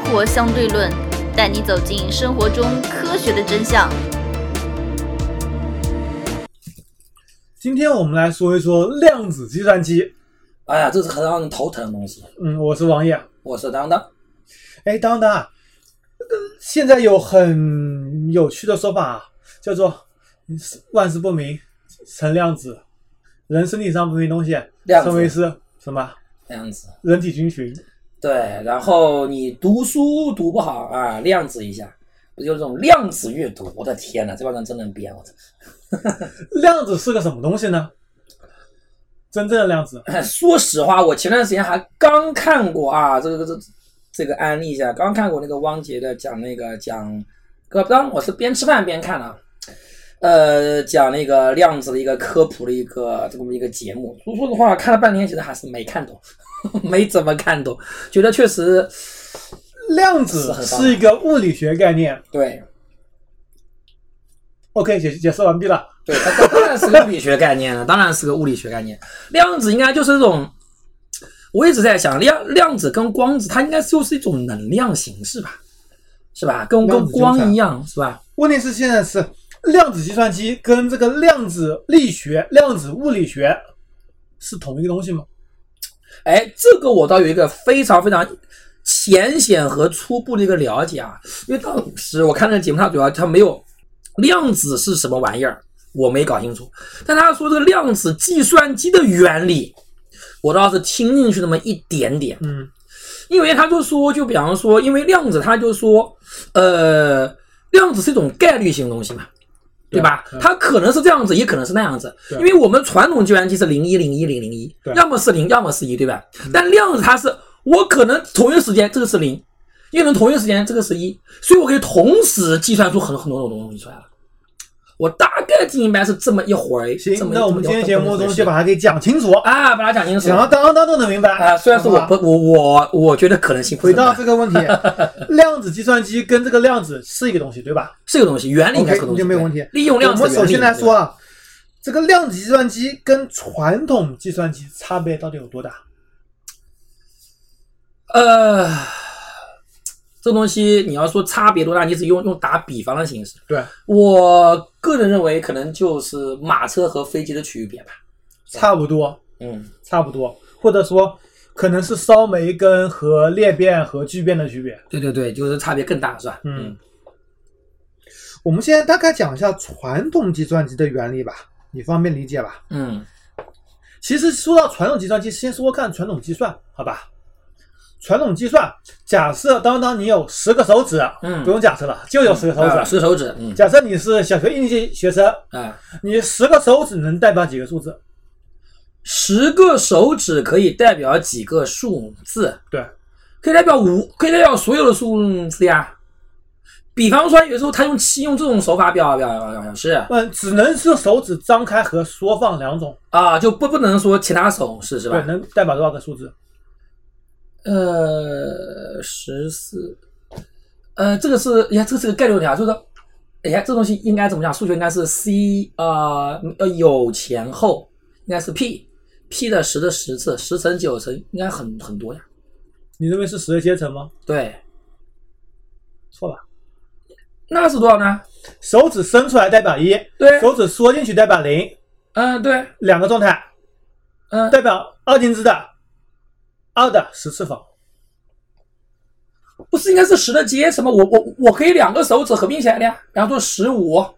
活相对论，带你走进生活中科学的真相。 今天我们来说一说量子计算机。 哎呀，这是很让人头疼的东西。 我是王爷， 我是当当。 当当啊，现在有很有趣的说法啊，叫做万事不明成量子，人身体上不明东西称为是什么？ 量子。 人体军群。 对，然后你读书读不好啊，量子一下，不就这种量子阅读？我的天哪，这帮人真能编！我操！ 量子是个什么东西呢？真正的量子， 说实话，我前段时间还刚看过啊，这个案例一下，刚看过那个汪杰的讲，当然我是边吃饭边看啊，讲那个量子的一个科普的这么一个节目。说实话，看了半天，其实还是没看懂，没怎么看懂，觉得确实量子是一个物理学概念。 对。 OK， 解释完毕了。 对，它当然是个物理学概念了，当然是个物理学概念。量子应该就是这种，我一直在想，量子跟光子，它应该就是一种能量形式吧，是吧？跟光一样，是吧？ 问题是现在是量子计算机跟这个量子力学、量子物理学是同一个东西吗？ 这个我倒有一个非常非常浅显和初步的一个了解啊，因为当时我看那个节目，它没有量子是什么玩意儿，我没搞清楚。但他说这个量子计算机的原理，我倒是听进去那么一点点。因为他就说，就比方说，因为量子他就说，量子是一种概率性的东西嘛，对吧？它可能是这样子，也可能是那样子。因为我们传统计算机是01010001，要么是0，要么是1，对吧？但量子它是我可能同一时间这个是0，也可能同一时间这个是1，所以我可以同时计算出很多种东西出来了。我大概记明白是这么一回。 行，那我们今天节目中就把它给讲清楚啊，把它讲清楚， 讲到当都能明白啊。虽然是我觉得可能性不回到这个问题，量子计算机跟这个量子是一个东西，对吧？ 是个东西，原理应该是个东西， 就没有问题。 利用量子， 我们首先来说啊，这个量子计算机跟传统计算机差别到底有多大？ 这东西你要说差别多大，你只用打比方的形式。 对， 我个人认为可能就是马车和飞机的区别吧， 差不多。差不多，或者说可能是烧煤跟和裂变和聚变的区别。 对，就是差别更大，是吧？ 我们现在大概讲一下传统计算机的原理吧，你方便理解吧？其实说到传统计算机，先说看传统计算，好吧？传统计算，假设当你有10个手指，不用假设了，就有10个手指。 10个手指。 假设你是小学1年级学生，你10个手指能代表几个数字 ？10个手指可以代表几个数字？ 对， 可以代表可以代表所有的数字呀。比方说，有时候他用这种手法表示， 只能是手指张开和缩放两种啊，就不能说其他手势，是吧？ 对，能代表多少个数字 ？14，这个是个概率问题啊，就是说，这东西应该怎么讲？数学应该是 C 有前后，应该是 P 的10的10次，10乘9乘，应该很多呀。 你认为是10的阶乘吗？ 对， 错了。 那是多少呢？ 手指伸出来代表1， 对， 手指缩进去代表0， 对， 两个状态，代表二进制的2的10次方。 不是应该是10的阶乘吗？我可以2个手指合并起来的呀，然后做15，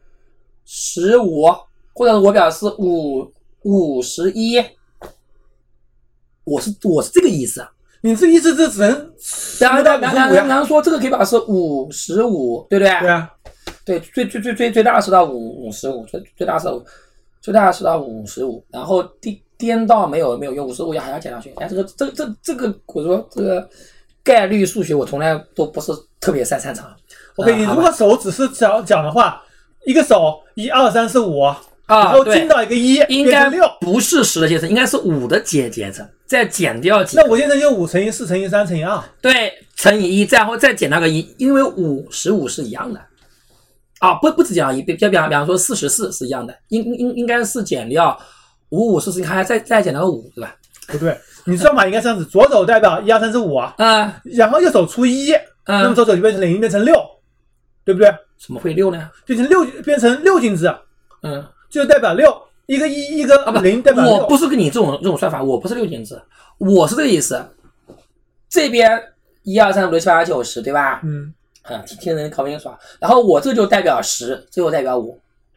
或者我表示51，我是这个意思啊。 你这个意思这只能然后说这个可以把它是55，对不对？ 对啊， 对，最大是到55，最大是到55，然后颠倒没有用55，还要减上去。这个我说这个概率数学我从来都不是特别擅长。 OK， 你如果手只是讲的话，一个手1、2、3、4、5。然后进到一个1， 应该不是10的阶乘，应该是5的阶乘，再减掉几。 那5阶乘就5乘以4乘以3乘以2。 对，乘以1，然后再减那个1，因为15是一样的。不止减到1，比方说44是一样的，应该是减掉55、40，还再减到个5，对吧？ 不对，你知道吗？应该这样子，左手代表1、2、3、4、5啊，然后右手除1， 那么这就变成0，变成6，对不对？ 怎么会6呢？ 变成6进制，就代表6，一个1，一个0，代表6。 我不是跟你这种算法，我不是6进制，我是这个意思。这边1、2、3、5、6、7、8、9、10，对吧？听人考不清楚。然后我这就代表10，这就代表5，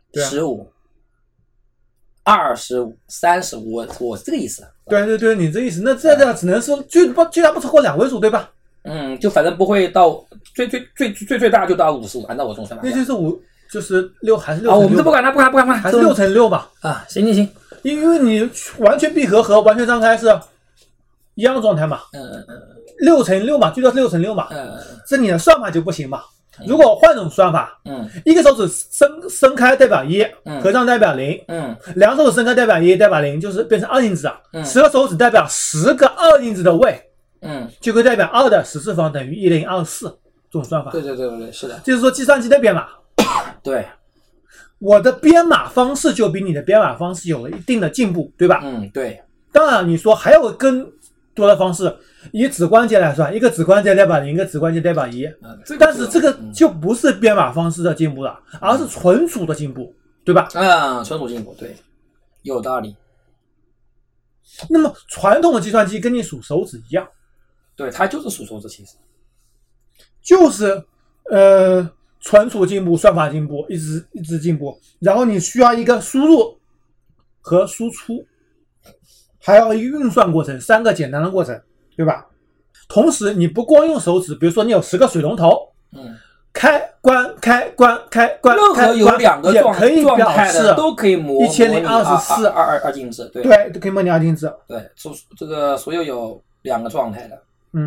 15、25、35，我是这个意思。 对，你这意思。那这个只能说最大不超过2位数，对吧？ 就反正不会到最大就到55，按照我这种算法。 那就是5，就是6还是6？ 我们这不管它， 还是6乘6吧。 行。 因为你完全闭合和完全张开是一样的状态嘛。6乘6嘛，最多是6乘6嘛。这你的算法就不行嘛。如果换种算法，一个手指伸开代表1，合上代表0，两手指伸开代表1，代表0，就是变成2进制10个手指代表10个2进制的位，就会代表2的14方等于1024这种算法。 对，是的。 就是说计算机的编码， 对， 我的编码方式就比你的编码方式有了一定的进步，对吧？ 对。 当然你说还有更多的方式，以指关节来算，一个指关节代表0，一个指关节代表1，但是这个就不是编码方式的进步了，而是纯属的进步，对吧？ 纯属进步，对，有道理。 那么传统的计算机跟你数手指一样， 对，它就是数手指，其实就是存储进步，算法进步，一直进步，然后你需要一个输入和输出，还有一个运算过程，3个简单的过程，对吧？同时你不光用手指，比如说你有10个水龙头，开关开关开关， 任何有2个状态的都可以模拟 1024 二进制，对， 都可以模拟2进制， 对，这个所有有2个状态的，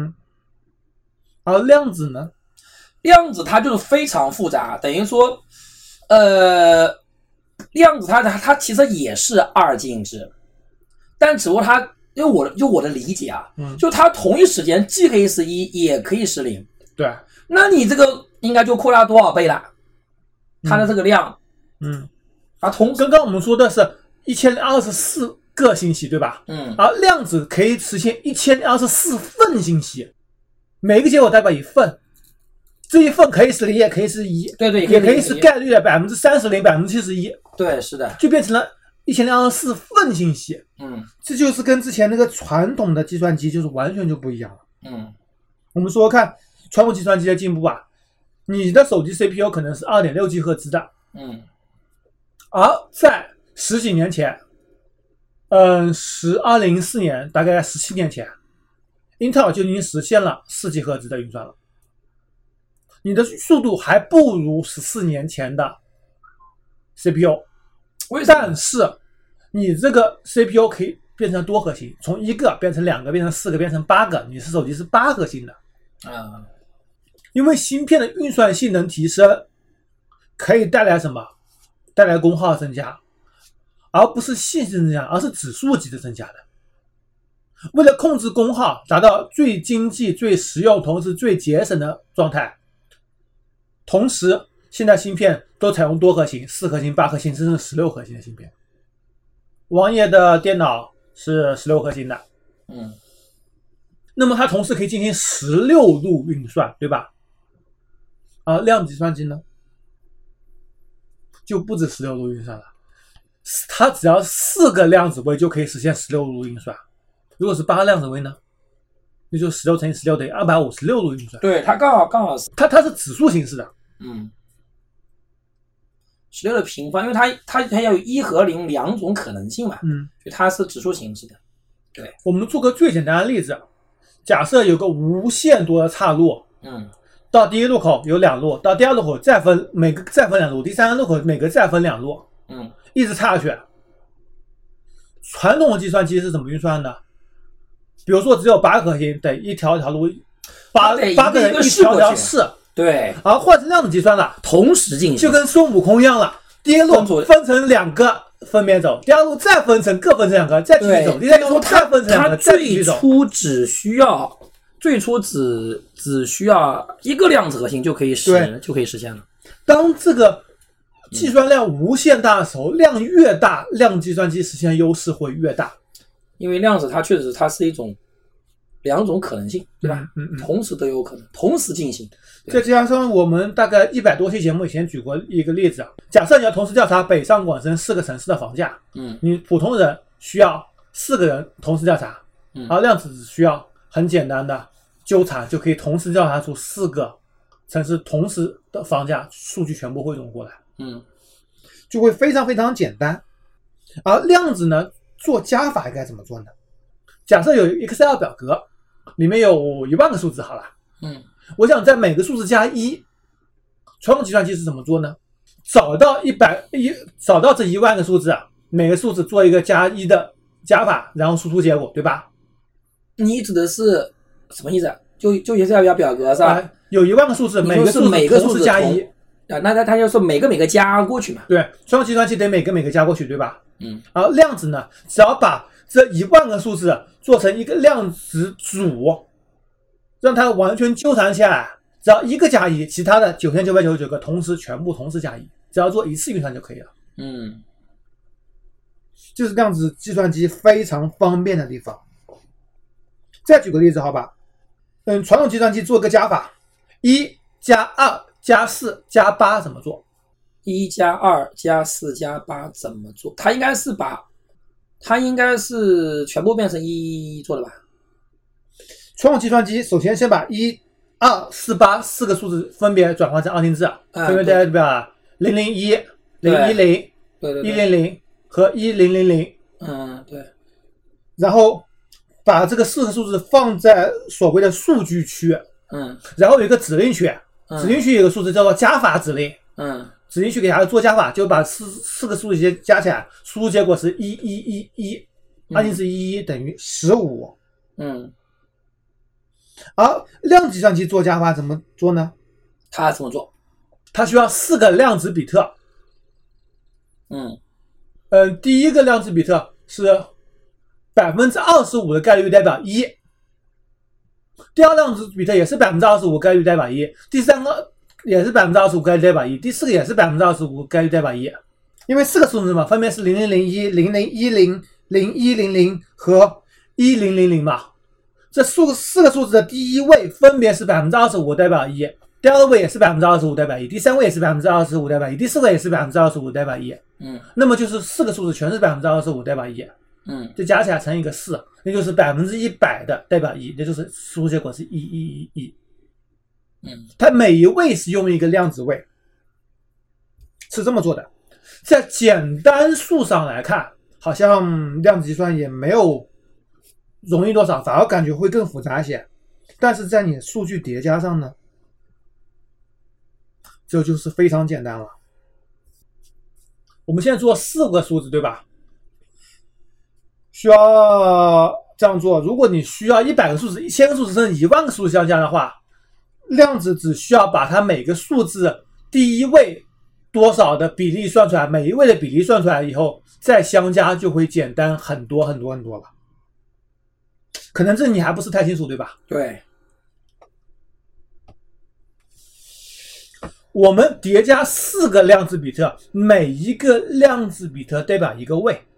而量子呢？ 量子它就是非常复杂，等于说，量子它其实也是2进制，但只不过它，因为我的理解就它同一时间既可以是1，也可以是0， 对， 那你这个应该就扩大多少倍了？它的这个量， 刚刚我们说的是1024个信息，对吧？而量子可以实现1024份信息，每一个结果代表1份。这一份可以是0，也可以是1， 对， 也可以是概率的30%、71%， 对，是的， 就变成了1024份信息。这就是跟之前那个传统的计算机就是完全就不一样了。我们说看传统计算机的进步你的手机 CPU 可能是 2.6 赫兹的，而在10几年前，2004年，大概17年前，英特尔就已经实现了4 G 赫兹的运算了。你的速度还不如14年前的 CPU， 但是你这个 CPU 可以变成多核心，从1个变成2个，变成4个，变成8个，你是手机是8核心的。因为芯片的运算性能提升可以带来什么？带来功耗增加，而不是线性增加，而是指数级的增加的。为了控制功耗，达到最经济、最实用，同时最节省的状态，同时现在芯片都采用多核心，4核心、8核心甚至16核心的芯片。王爷的电脑是16核心的，那么它同时可以进行16路运算，对吧？而量子计算机呢，就不止16路运算了，它只要4个量子位就可以实现16路运算。如果是8个量子位呢，那就16乘以16等于256路运算。对， 它刚好是它是指数形式的。 16的平方，因为它要有1和0两种可能性嘛，所以它是指数形式的。对， 我们做个最简单的例子，假设有个无限多的岔路，到第一路口有2路，到第二路口每个再分2路，第三个路口每个再分2路，一直岔下去。传统的计算机是怎么运算的？比如说只有8核心，得一条路8个人一条试。 对， 而换成量子计算了， 同时进行， 就跟孙悟空一样了。第一路分成2个分别走，第二路再分成各分成2个，再继续走，第三路再分成2个，再继续走。 最初只需要1个量子核心就可以实现了。 当这个计算量无限大的时候，量越大，量子计算机实现优势会越大。 因为量子它确实它是一种两种可能性，对吧？同时都有可能，同时进行。 再加上我们大概100多期节目以前举过一个例子啊，假设你要同时调查北上广深4个城市的房价，你普通人需要4个人同时调查，而量子只需要很简单的纠缠就可以同时调查出4个城市同时的房价数据全部汇总过来，就会非常非常简单。而量子呢，做加法该怎么做呢？假设有 Excel 表格，里面有10000个数字好了，我想在每个数字加1，传统计算机是怎么做呢？找到这10000个数字，每个数字做一个加1的加法，然后输出结果，对吧？ 你指的是什么意思？就Excel 表格是吧？ 有10000个数字，每个数字加1， 那它就是每个加过去嘛？ 对，传统计算器得每个加过去，对吧？而量子呢，只要把这10000个数字做成一个量子组，让它完全纠缠起来，只要1个加1，其他的9999个全部同时加1，只要做一次运算就可以了。就是量子计算机非常方便的地方。再举个例子好吧，传统计算机做个加法，1加2加4加8怎么做 ？1加2加4加8怎么做？它应该是全部变成1做的吧？ 传统计算机首先先把1、2、4、8 4个数字分别转换成二进制，分别代表001、010、100和1000。 对。 然后把这个4个数字放在所谓的数据区，然后有一个指令区，指令区有一个数字叫做加法指令，指令区给它做加法，就把四个数字加起来，输入结果是1111，二进制11等于15。而量子计算机做加法怎么做呢？ 它怎么做？ 它需要4个量子比特。第一个量子比特是25%的概率代表1，第二量子比特也是25%概率代表1，第三个也是25%概率代表1，第四个也是25%概率代表1。因为4个数字嘛，分别是0001、0010、0100和1000嘛。这4个数字的第一位分别是25%代表1，第二位也是25%代表1，第三位也是25%代表1，第四位也是25%代表1。那么就是4个数字全是25%代表1。就加起来乘一个4，那就是100%的代表1，那就是输入结果是1111。它每一位是用一个量子位，是这么做的。在简单数上来看，好像量子计算也没有容易多少，反而感觉会更复杂一些。但是在你数据叠加上呢，这就是非常简单了。我们现在做4个数字，对吧？需要这样做，如果你需要100个数字、1000个数字甚至10000个数字相加的话，量子只需要把它每个数字第一位多少的比例算出来，每一位的比例算出来以后再相加，就会简单很多很多很多了。可能这你还不是太清楚，对吧？ 对。 我们叠加4个量子比特，每一个量子比特代表一个位。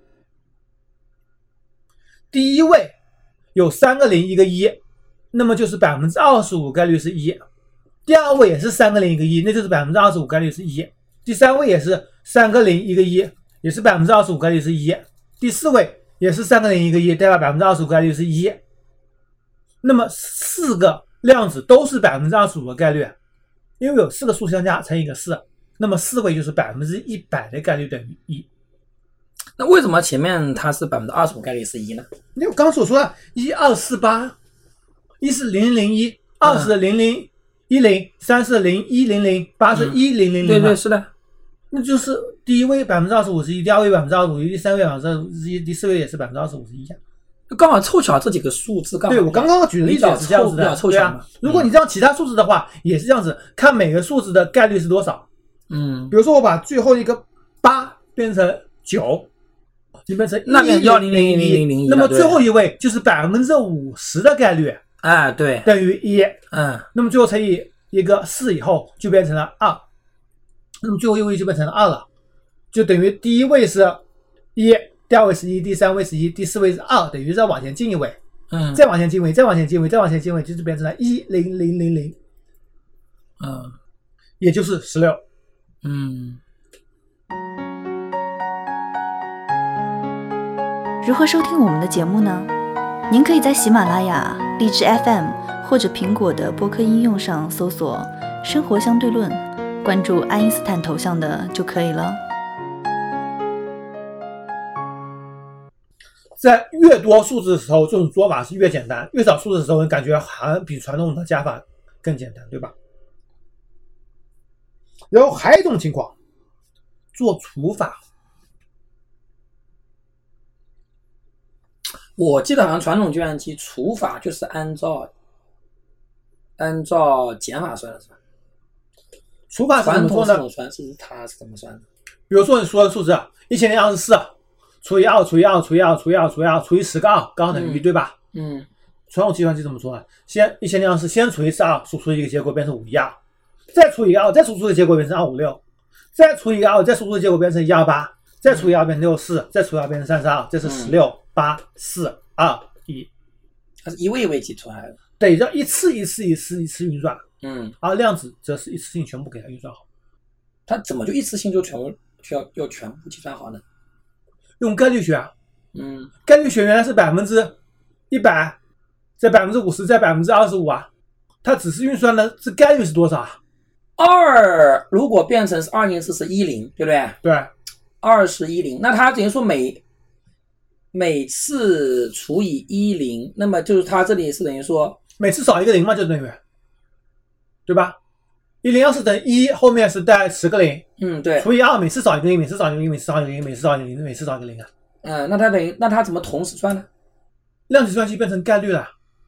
第一位有3个0，一个1，那么就是25%概率是1。第二位也是3个0，一个1，那就是25%概率是1。第三位也是3个0，一个1，也是25%概率是1。第四位也是3个0，一个1，代表25%概率是1。那么4个量子都是25%的概率，因为有4个数相加乘一个4，那么4位就是100%的概率等于1。 那为什么前面它是25%概率是1呢？ 因为我刚所说的1、2、4、8，1是0001，2是0010，3是0100，8是1000。 对，是的。 那就是第一位25%，第二位25%，第三位25%，第四位也是25%。 刚好凑巧这几个数字刚好。 对，我刚刚举的例子也是这样子的。 凑巧嘛。 如果你这样其他数字的话，也是这样子，看每个数字的概率是多少。比如说我把最后一个8变成9。就变成那边1000001， 那么最后一位就是50%的概率， 对， 等于1，那么最后乘以一个4以后就变成了2，那么最后一位就变成了2了，就等于第一位是1，第二位是1，第三位是1，第四位是2，等于再往前进一位， 再往前进位，再往前进位，再往前进位，就是变成了10000，也就是16。 如何收听我们的节目呢？您可以在喜马拉雅、荔枝 FM 或者苹果的播客应用上搜索“生活相对论”，关注爱因斯坦头像的就可以了。 在越多数字的时候，这种做法是越简单；越少数字的时候，感觉好像比传统的加法更简单，对吧？然后还有一种情况，做除法。 我记得好像传统计算机除法就是按照减法算的是吧？ 除法是怎么做呢？ 它是怎么算的？ 比如说你说的数字1024除以2除以2除以2除以2除以2除以10个2，刚好等于1，对吧？传统计算机怎么做呢？先1024先除以2，输出一个结果变成512，再除以2，再输出的结果变成256，再除以2，再输出的结果变成128，再除以2变成64，再除以2变成32，这是16、8、4、2、1。 它是一位一位计出来的， 对，要一次一次运算。而量子则是一次性全部给它运算好。 它怎么就一次性就全部计算好呢？ 用概率学啊。概率学原来是100%，再50%，再25%啊。它只是运算的这概率是多少啊 ？2如果变成是2进4是10，对不对？ 对 ，2是10，那它等于说每次除以10，那么就是它这里是等于说每次少一个0嘛，就等于，对吧？10要是等于1，后面是带10个0。 对。 除以2，每次少一个0，每次少一个0，每次少一个0，每次少一个0，每次少一个0啊。 那它怎么同时算呢？ 量子计算机变成概率了。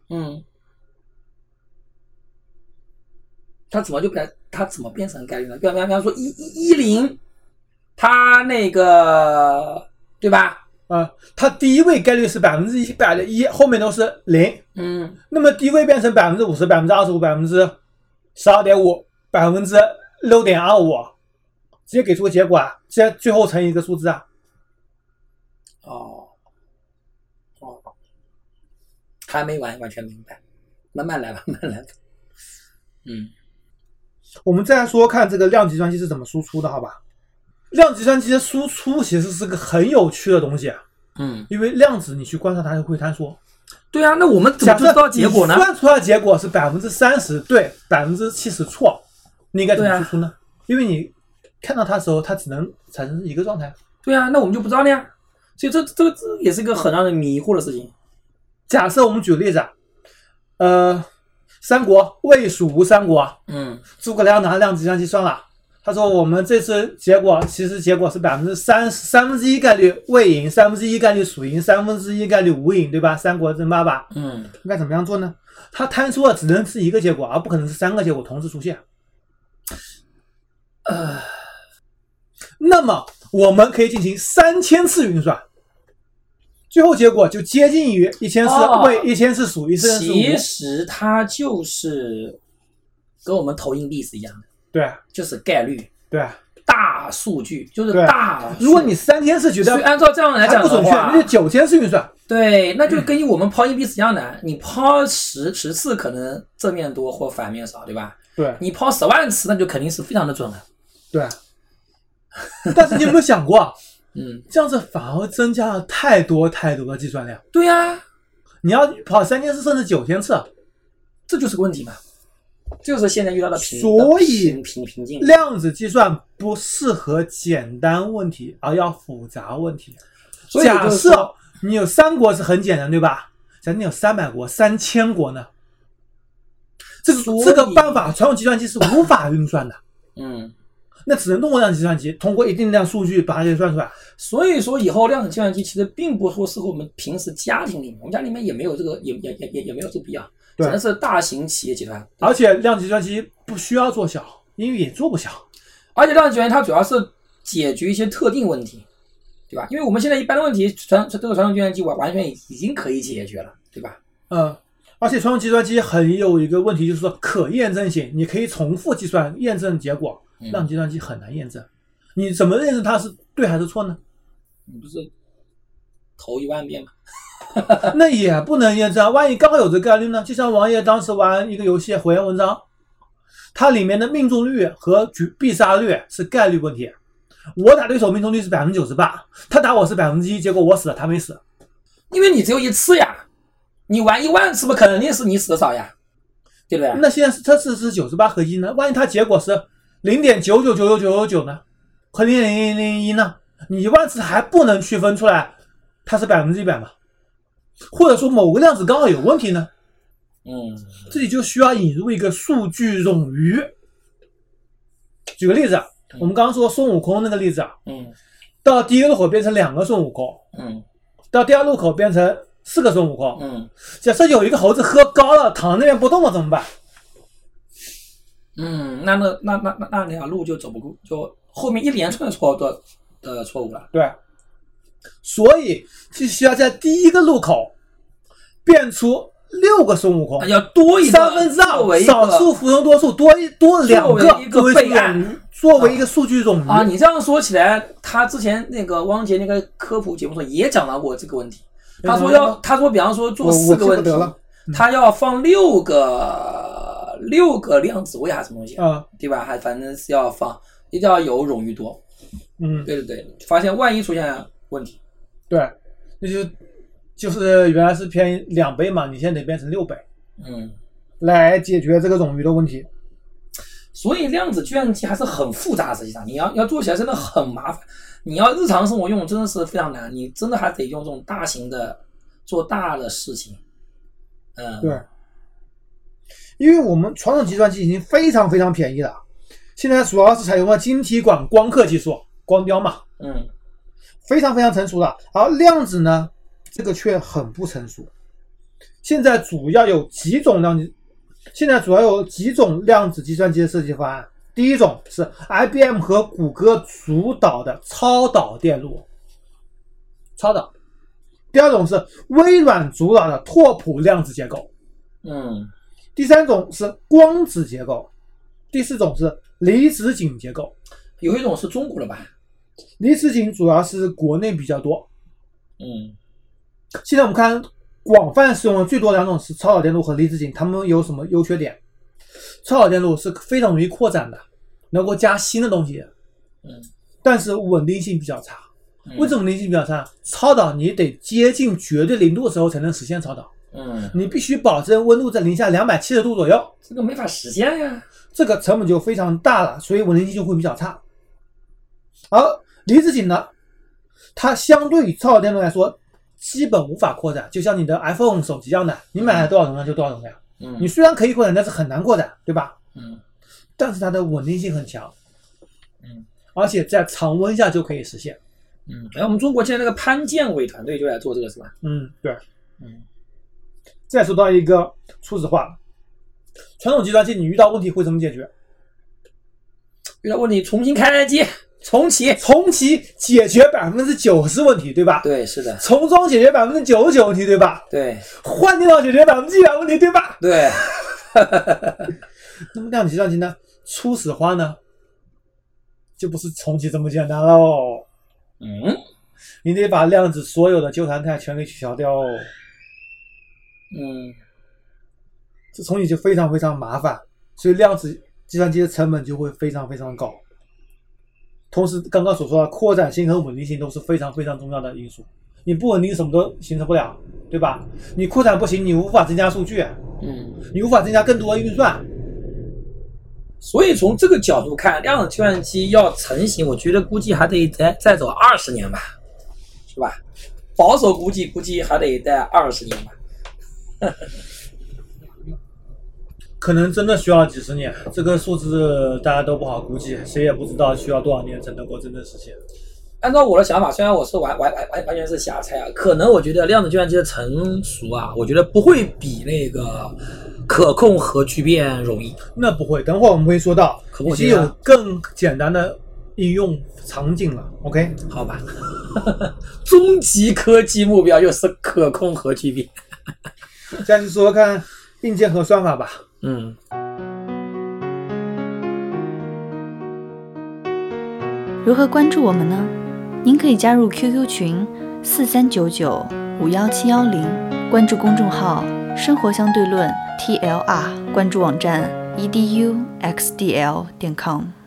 它怎么变成概率呢？比方说10，它那个对吧？ 它第一位概率是100%的1，后面都是0。那么第一位变成50%、25%、12.5%、6.25%，直接给出个结果啊，最后乘以一个数字啊。 还没完全明白，慢慢来吧。 我们再来说看这个量子计算机是怎么输出的，好吧？量子计算机的输出其实是个很有趣的东西啊。因为量子你去观察它就会坍缩。 对啊，那我们怎么知道结果呢？ 算出来的结果是30%对，70%错，你应该怎么输出呢？因为你看到它的时候，它只能产生一个状态。 对啊，那我们就不知道了呀。所以这也是一个很让人迷惑的事情。 假设我们举个例子三国魏蜀吴三国，诸葛亮拿量子计算机算了，他说我们这次结果是1/3概率魏赢，1/3概率蜀赢，1/3概率吴赢，对吧？三国争霸吧。应该怎么样做呢？它摊出了只能是一个结果，而不可能是3个结果同时出现。那么我们可以进行3000次运算，最后结果就接近于1000是魏，1000是蜀，1000是吴。 其实它就是跟我们投硬币是一样的。 对， 就是概率。 对， 大数据就是大。 如果你3000次觉得按照这样来讲的话， 不准确，那就9000次运算。 对，那就跟我们抛硬币是一样的。你抛10次可能正面多或反面少，对吧？ 对。 你抛10万次，那就肯定是非常的准了。 对。但是你有没有想过，这样子反而增加了太多的计算量。 对呀， 你要跑3000次甚至9000次， 这就是个问题嘛。就是现在遇到的所以瓶颈。 量子计算不适合简单问题，而要复杂问题。假设你有3国是很简单，对吧？假设你有300国、3000国呢？这个办法，传统计算机是无法运算的。那只能通过量子计算机，通过一定量数据把它给算出来。 所以说以后量子计算机其实并不说适合我们平时家庭里面，我们家里面也没有这个，也没有这个必要。只能是大型企业集团。 而且量子计算机不需要做小，因为也做不小。 而且量子计算机它主要是解决一些特定问题，对吧？因为我们现在一般的问题，这个传统计算机完全已经可以解决了，对吧？ 而且传统计算机很有一个问题，就是说可验证性，你可以重复计算验证结果。量子计算机很难验证，你怎么验证它是对还是错呢？ 你不是投10000遍吗？ 那也不能验证，万一刚好有这个概率呢？就像王爷当时玩一个游戏火焰文章，它里面的命中率和必杀率是概率问题。我打对手命中率是 98%， 他打我是 1%， 结果我死了，他没死。 因为你只有一次呀，你玩10000次不肯定是你死的少呀，对不对？ 那现在是测试是98和1呢？万一它结果是 0.9999999 呢？和 0.001 呢？你10000次还不能区分出来它是100%吗？或者说某个量子刚好有问题呢？这里就需要引入一个数据冗余。举个例子，我们刚刚说孙悟空那个例子，到第一个路口变成2个孙悟空，到第二路口变成4个孙悟空，假设有一个猴子喝高了，躺那边不动了怎么办？ 那条路就走不过，就后面一连串的错误了。 对，所以就需要在第一个路口变出6个孙悟空， 要多一个 2/3，少数服从多数，多2个作为备案， 作为一个数据冗余啊。你这样说起来，他之前那个汪杰那个科普节目上也讲到过这个问题。他说比方说做4个问题，他要放6个量子位还是什么东西，对吧？还反正是要放，一定要有冗余多。对，发现万一出现问题， 对，那就是原来是偏2倍嘛，你现在得变成6倍，来解决这个冗余的问题。 所以量子计算机还是很复杂，实际上你要做起来真的很麻烦，你要日常生活用真的是非常难，你真的还得用这种大型的做大的事情。 对，因为我们传统计算机已经非常非常便宜了，现在主要是采用了晶体管光刻技术，光雕嘛，非常非常成熟了。而量子呢，这个却很不成熟。现在主要有几种量子计算机的设计方案。第一种是 IBM 和谷歌主导的超导电路，超导。第二种是微软主导的拓扑量子结构，第三种是光子结构，第四种是离子阱结构。 有一种是中国的吧？ 离子阱主要是国内比较多。现在我们看广泛使用的最多2种是超导电路和离子阱，它们有什么优缺点？超导电路是非常容易扩展的，能够加新的东西，但是稳定性比较差。为什么稳定性比较差？超导你得接近绝对0度的时候才能实现超导，你必须保证温度在零下270度左右， 这个没法实现呀， 这个成本就非常大了，所以稳定性就会比较差。而离子阱呢，它相对于超导电路来说基本无法扩展，就像你的 iPhone 手机一样的，你买了多少容量就多少容量，你虽然可以扩展，但是很难扩展，对吧？但是它的稳定性很强，而且在常温下就可以实现。 我们中国现在那个潘建伟团队就来做这个是吧？ 对。再说到一个初始化，传统计算机你遇到问题会怎么解决？ 遇到问题重新开机，重启解决 90% 问题，对吧？ 对，是的。 重装解决 99% 问题，对吧？ 对。 换电脑解决 100% 问题，对吧？ 对。 那么量子计算机呢？初始化呢？就不是重启这么简单喽。你得把量子所有的旧常态全给取消掉。这重启就非常非常麻烦，所以量子计算机的成本就会非常非常高。同时刚刚所说的扩展性和稳定性都是非常非常重要的因素，你不稳定什么都形成不了，对吧？你扩展不行，你无法增加数据，你无法增加更多的运算。 所以从这个角度看，量子计算机要成型，我觉得估计还得再走20年吧，是吧？保守估计还得再20年吧。 可能真的需要几十年，这个数字大家都不好估计，谁也不知道需要多少年才能够真正实现。 按照我的想法，虽然我是完全是瞎猜啊，可能我觉得量子计算机的成熟啊，我觉得不会比那个可控核聚变容易。 那不会，等会儿我们会说到，已经有更简单的应用场景了。OK， 好吧。终极科技目标就是可控核聚变。 再去说看硬件和算法吧。 如何关注我们呢？您可以加入 QQ 群4399 51710，关注公众号生活相对论 TLR， 关注网站eduxdl.com。